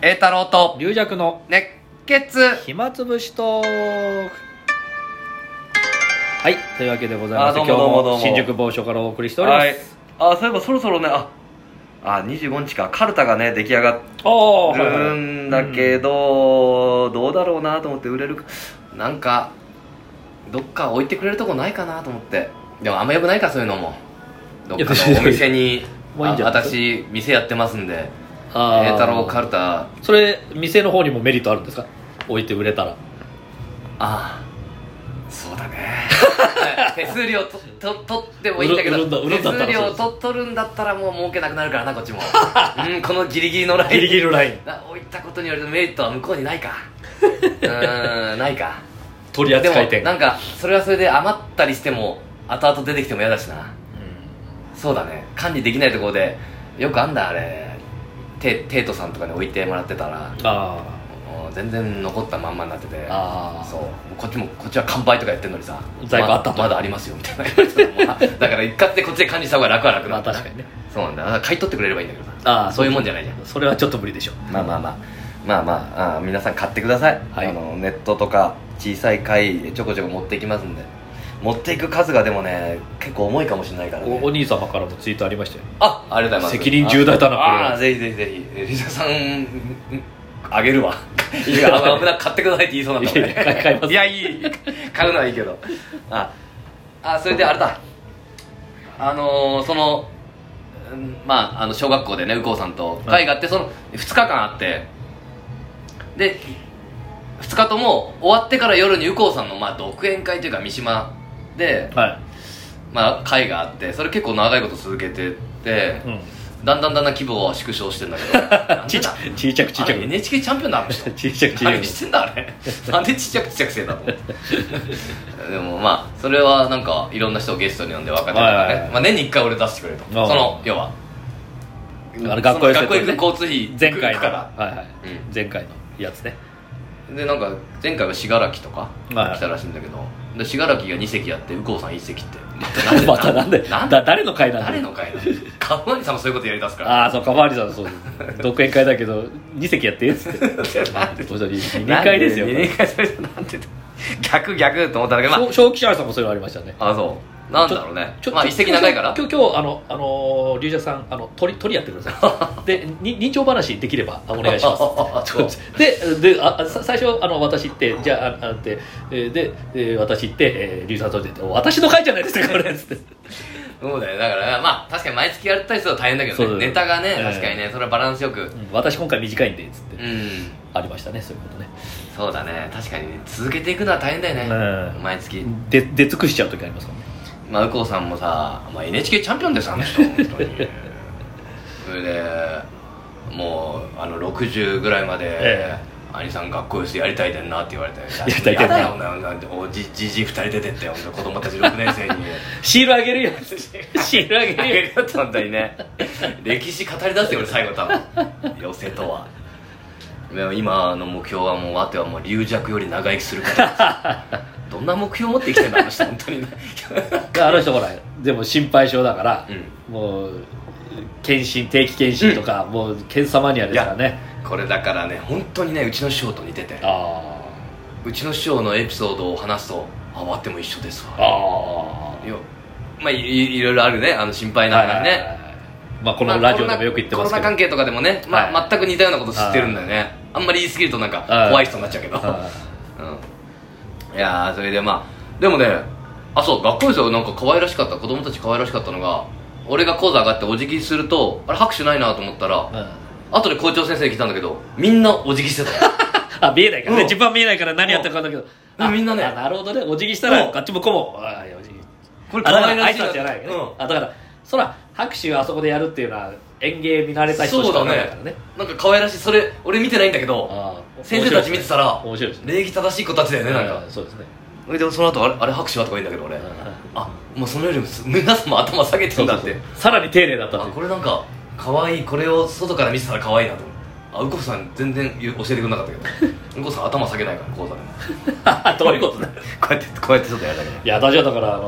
栄太郎と龍弱の熱血暇つぶしトーク。はい、というわけでございまして、今日も新宿某所からお送りしております。 はい、そういえばそろそろね、25日かカルタがね出来上がるんだけど、どうだろうなと思って、売れるかなんかどっか置いてくれるとこないかなと思って。でもあんまよくないか、そういうのも。どっかのお店に私店やってますんで、栄太郎カルタ。 それ店の方にもメリットあるんですか、置いて売れたら。 そうだね手数料取ってもいいんだけど、手数料取るんだったらもう儲けなくなるからな、こっちもこのギリギリのライン、 ギリギリのライン置いたことによるメリットは向こうにないかないか。 取り扱い店。 でもなんかそれはそれで余ったりしても後々出てきても嫌だしな。そうだね、管理できないところでよくあんだ、あれテイトさんとかに置いてもらってたら、全然残ったまんまになってて、そうこっちは乾杯とかやってるのにさ、 在庫あったと、 まだありますよみたいなだから一括でこっちで管理した方が楽は楽なんだ。 確かにね。 そうなんだ、だから買い取ってくれればいいんだけどさ、そういうもんじゃないじゃん。 それはちょっと無理でしょ。 まあ皆さん買ってください、 はい、 ネットとか小さい貝ちょこちょこ持っていきますんで。持っていく数がでもね結構重いかもしれないからね。 お兄様からもツイートありましたよ。 ありがとうございます。 責任重大だな、これは。 ぜひリサさんあげるわいや危なく買ってくださいって言いそうなんだもんね買います。 いや、いい買うのはいいけど、それであれだ、小学校でね、右近さんと会があって、その2日間あって、で2日とも終わってから夜に右近さんの独演会というか三島で、会があって、それ結構長いこと続けてて、だんだん規模は縮小してんだけど、 ちいちゃく NHK チャンピオンなの人ちいちゃく何してんだあれなんでちっちゃくしてんだとでもそれはなんかいろんな人をゲストに呼んで若手とかね、年に1回俺出してくれと、その要は学校へ行く交通費前回から前回のやつね。でなんか前回は信楽とか来たらしいんだけど、で信楽が2席やって右近さん1席ってまたなんで誰の会なんだ。 誰の会なんだカフマニさんもそういうことやりだすから。 そうカフマニさんそう独演会だけど2席やってっつって2年会ですよ。 2年会それなんて逆と思ったんだけど、 小吉原さんもそういうのありましたね。 そうなんだろうね。一席長いから今日龍尺さん鳥やってくださいで人情話できればお願いしますで最初私行って、じゃあで私行って龍尺さん取って私の会じゃないですかこれっつってそうだよ。だから確かに毎月やったりすると大変だけどね、ネタがね、確かにね、それはバランスよく、 私今回短いんでっつって、ありましたね、そういうことね。 そうだね、確かに続けていくのは大変だよね、毎月出尽くしちゃう時ありますからね。 右近さんもさ、NHK チャンピオンですあの人本当にそれでもう60ぐらいまで、兄さん学校寄せやりたいでんなって言われて、やだよなんてじじ2人出てってよ、子供たち6年生にシールあげるよシールあげるよって本当にね歴史語り出すよ俺最後多分寄せとは。今の目標はもうあとはもう龍弱より長生きするからどんな目標持って生きてんだあの人本当にねあの人ほらでも心配性だから、もう定期検診とか、もう検査マニアですからね。 これだからね、本当にね、うちの師匠と似てて、うちの師匠のエピソードを話すと終わっても一緒ですわ。いろいろあるね、心配な話ね。 このラジオでもよく言ってますけど、 コロナ関係とかでもね、全く似たようなこと知ってるんだよね。あんまり言い過ぎるとなんか怖い人になっちゃうけどいやそれででもね、そう学校ですよ。なんか可愛らしかった、子供たち可愛らしかったのが、俺が講座上がってお辞儀すると、あれ拍手ないなと思ったら、後で校長先生に来たんだけど、みんなお辞儀してた見えないからね、自分は見えないから何やってるか分かんないけど、 みんなね、 なるほどね、お辞儀したらあっち向こうもお辞儀、 これ可愛らしいじゃないよね。だからそら拍手あそこでやるっていうのは演芸見慣れた人しかないからね。 なんか可愛らしい。それ俺見てないんだけど、先生たち見てたら面白いですね。 礼儀正しい子たちだよね、なんか。 そうですね。 でもその後あれ拍手はとか言うんだけど俺、もうそのよりも皆さんも頭下げてんだって。 さらに丁寧だったって。 これなんか可愛い、これを外から見せたら可愛いなと思う。右近さん全然教えてくれなかったけど右近さん頭下げないから講座でもどういうことだこうやってちょっとやるだけで。 いや私はだから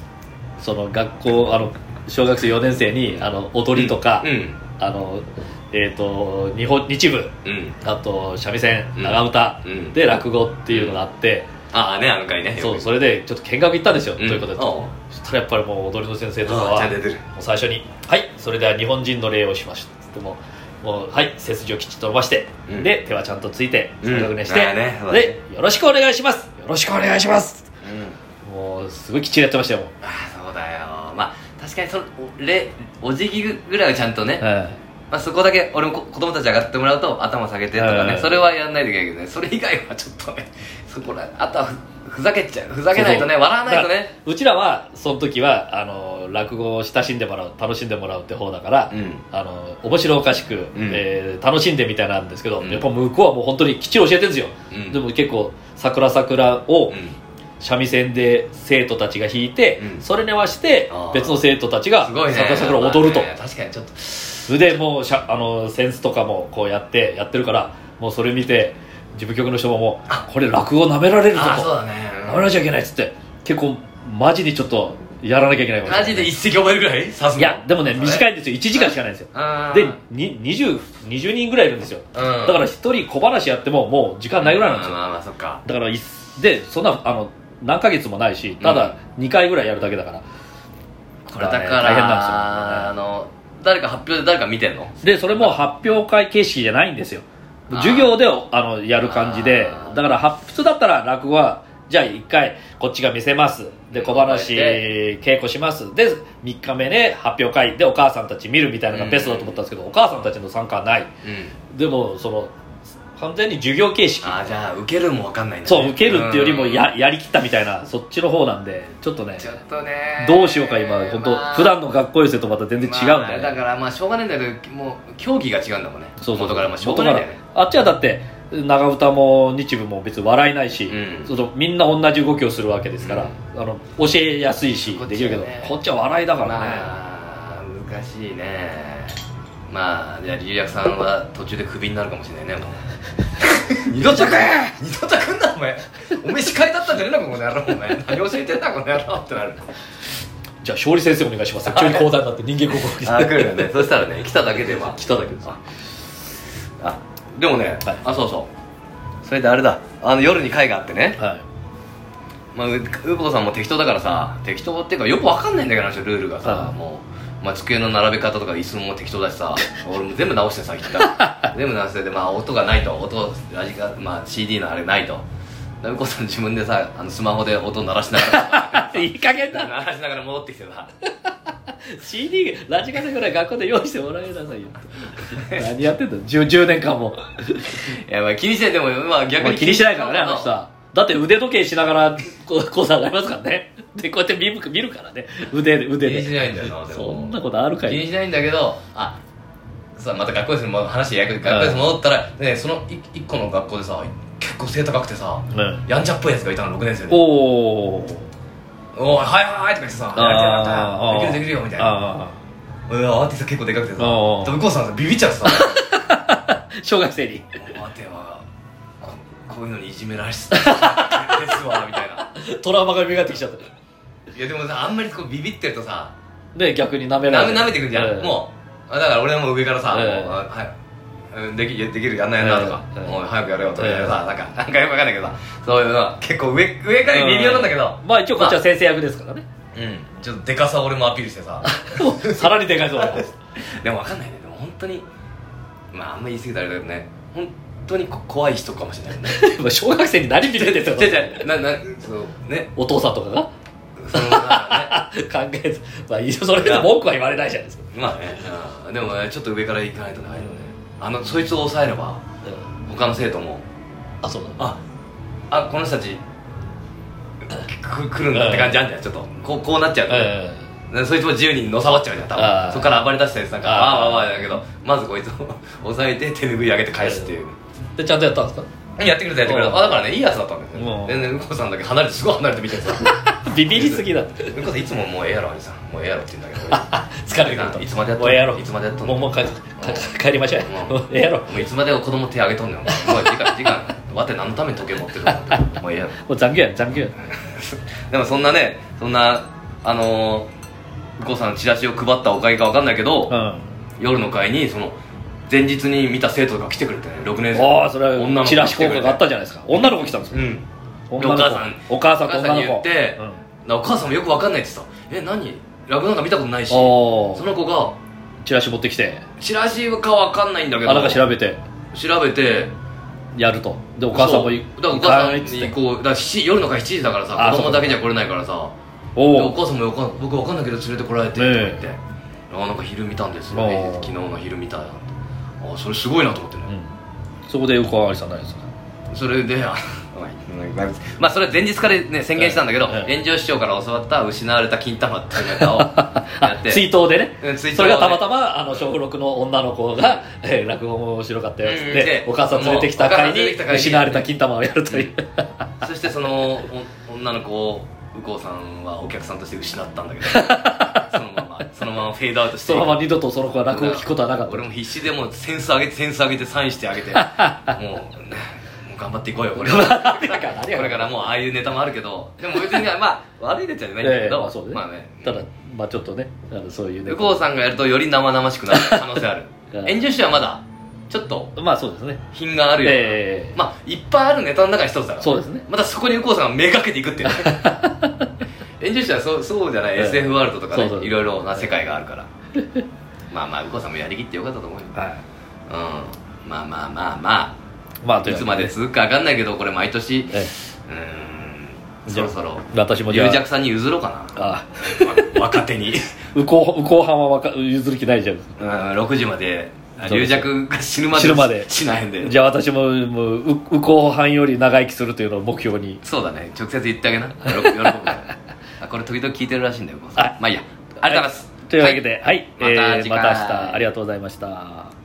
その学校小学生4年生に踊りとか、 日部、あと三味線、長唄、で落語っていうのがあって、 ああね、あの回ね。 そう、それでちょっと見学行ったんですよ、ということで。そしたらやっぱりもう踊りの先生とかはもう最初に「はい、それでは日本人の礼をしました」ってもうはい、背筋をきちっと伸ばして、で手はちゃんとついて三角寝して、でよろしくお願いします、よろしくお願いします、もうすごいきっちりやってましたよ。 そうだよ。まあ確かにお辞儀ぐらいはちゃんとね、まあ、そこだけ俺も子供たち上がってもらうと頭下げてとかね、それはやんないといけないけどね、それ以外はちょっとね、そこらあとはふざけないとね、笑わないとね。 うちらはその時は落語を親しんでもらう、楽しんでもらうって方だから、面白おかしく、楽しんでみたいなんですけど、やっぱ向こうはもう本当にきっちり教えてるんですよ、でも結構桜を、三味線で生徒たちが弾いて、それに合わせて別の生徒たちが桜を踊ると、 確かにちょっとでもうセンスとかもこうやってるから、もうそれ見て事務局の人もこれ落語なめられるぞと、なめられちゃいけないっつって、結構マジでちょっとやらなきゃいけないかもしれない。 マジで一席覚えるぐらい？さすが。 いやでもね、短いんですよ、1時間しかないんですよ。で20人ぐらいいるんですよ、だから1人小話やってももう時間ないぐらいなんですよ。 まあそっか。 だからでそんな何ヶ月もないし、ただ2回ぐらいやるだけだから、 これだから大変なんですよ。誰か発表で誰か見てんの？ でそれも発表会形式じゃないんですよ、授業でやる感じで、だから普通だったら落語はじゃあ1回こっちが見せます、で小話稽古します、で3日目で発表会でお母さんたち見るみたいなのがベストだと思ったんですけど、お母さんたちの参加はない、でも完全に授業形式。 じゃあ受けるも分かんないんだね。 そう、受けるっていうよりもやりきったみたいな、そっちの方なんで、ちょっとねどうしようか今本当普段の学校寄せとまた全然違うんだよね。 だからまあしょうがないんだけど、もう競技が違うんだもんね。 そう元からまあしょうがないんだよね。 あっちはだって長唄も日舞も別に笑いないし、みんな同じ動きをするわけですから、教えやすいしできるけど、こっちは笑いだからね。 難しいね。まあじゃあ龍薬さんは途中でクビになるかもしれないね、もう二度と来んな、お前司会だったんじゃねえのかこの野郎、お前何教えてんだこの野郎ってなる。 じゃあ勝利先生お願いします。急に講座になって人間国宝来るよね。そしたらね、来ただけでは来ただけです。 でもね、そうそう、それであれだ、夜に会があってね、まあウーコさんも適当だからさ、適当っていうかよくわかんないんだけどルールがさ、もうまあ、机の並べ方とか椅子も適当だしさ俺も全部直してさ、全部直してて、まあ音がないと、ラジカ、まあ、CD のあれないと、ウコさん自分でさスマホで音鳴らしながらいい加減だ、 鳴らしながら戻ってきてさ CD ラジカセぐらい学校で用意してもらえなさいよ何やってんだ 10年間もいやまあ気にして、でもまあ逆に気にしないからね、あの人は。だって腕時計しながら講座がありますからね。でこうやって見るからね、腕で気にしないんだよな。でもそんなことあるかい。 気にしないんだけど、さまた学校ですね、話学校です戻ったら、ね、その1個の学校でさ結構背高くてさ、やんちゃっぽいやつがいたの、6年生で。おはいはいとか言ってさ、できるよみたいな。アーティスト結構でかくてさ、向こうさんビビっちゃってさ小学生に待てはこういうのにいじめられてたですわみたいなトラウマが蘇ってきちゃった。 いやでもさ、あんまりこうビビってるとさ、 ね、逆に舐めてくるじゃん、もうだから俺も上からさ、できるやんないなとか、もう早くやれよとかさ、なんかよくわかんないけどさ、そういうのは結構上から微妙なんだけど、 まあ一応こっちは先生役ですからね。 ちょっとでかさ俺もアピールしてささらにでかいぞでもわかんないね。でも本当にまああんま言い過ぎたらあれだけどね、本当に怖い人かもしれないね小学生に何見てるんですよそうね、 お父さんとかが考えず、まあいいよ、それで文句は言われないじゃないですか。 まあね、でもね、ちょっと上から行かないとね、そいつを抑えれば他の生徒もそうこの人たち来るんだって感じあるじゃん。ちょっとこうなっちゃうと、そいつも10人のさばっちゃうじゃん多分。そこから暴れ出したやつなんかだけど、まずこいつを抑えて手拭い上げて返すっていう。 でちゃんとやったんですか？ やってくれただからね、いいやつだったんですよ。全然うこさんだけすごい離れて見てさビビりすぎだって。 うこさんいつももうええやろ兄さん、もうええやろって言うんだけど疲れてくるといつまでやっとんの、 もうええやろ、 いつまでやっとんの、 もう帰りましょう。もうええやろ、 もういつまで子供手上げとんねん、もう時間わて何のために時計持ってるのもうええやろ、もう残業やでもそんなうこさんチラシを配ったおかげか分かんないけど、夜の会にその前日に見た生徒が来てくれてね、6年生。 ああ、それはチラシ効果があったじゃないですか。女の子来たんですか。 お母さん、お母さんと女の子に言って、お母さんもよく分かんないって言ってた。何落語なんか見たことないし、その子がチラシ持ってきて、 チラシか分かんないんだけど、 なんか調べてやると。 でお母さんもだからお母さんにこう、だから夜の会7時だからさ、子供だけじゃ来れないからさ、お母さんも僕分かんないけど連れてこられてって言って、なんか昼見たんですよ、昨日の昼見た。それすごいなと思ってね。 そこで横上がりさんないですか。 それでまあそれ前日からね宣言したんだけど、炎上師匠から教わった失われた金玉っていうネタをやって追悼でね、それがたまたま小6の女の子が落語も面白かったよっつってお母さん連れてきた会に失われた金玉をやるという、 そしてその女の子を右近さんはお客さんとして失ったんだけどそのままフェードアウトして、 そのまま二度とその子が落語を聞くことはなかった。 俺も必死でもうセンス上げてサインしてあげてもう頑張っていこうよこれからもうああいうネタもあるけど、でも別にまあ悪いネタじゃないんだけど、まあね、 ただまあちょっとねそういう右近さんがやるとより生々しくなる可能性ある炎上師はまだちょっとまあそうですね、 品があるような、まあいっぱいあるネタの中に一つだから、 そうですね、 またそこに右近さんがめがけていくっていうね炎上師はそうじゃない、SF ワールドとかね、いろいろな世界があるからまあ右近さんもやりきってよかったと思うよ。まあいつまで続くか分かんないけど、これ毎年そろそろ私もじゃあ龍尺さんに譲ろうかな。若手に右近藩は譲る気ないじゃん。 6時まで龍尺が死ぬまで死なへんで。 じゃあ私も右近藩より長生きするというのを目標に。 そうだね、直接言ってあげな。喜ぶからこれ時々聞いてるらしいんだよ。まあいいや、ありがとうございます。 というわけで、はい、 また明日ありがとうございました。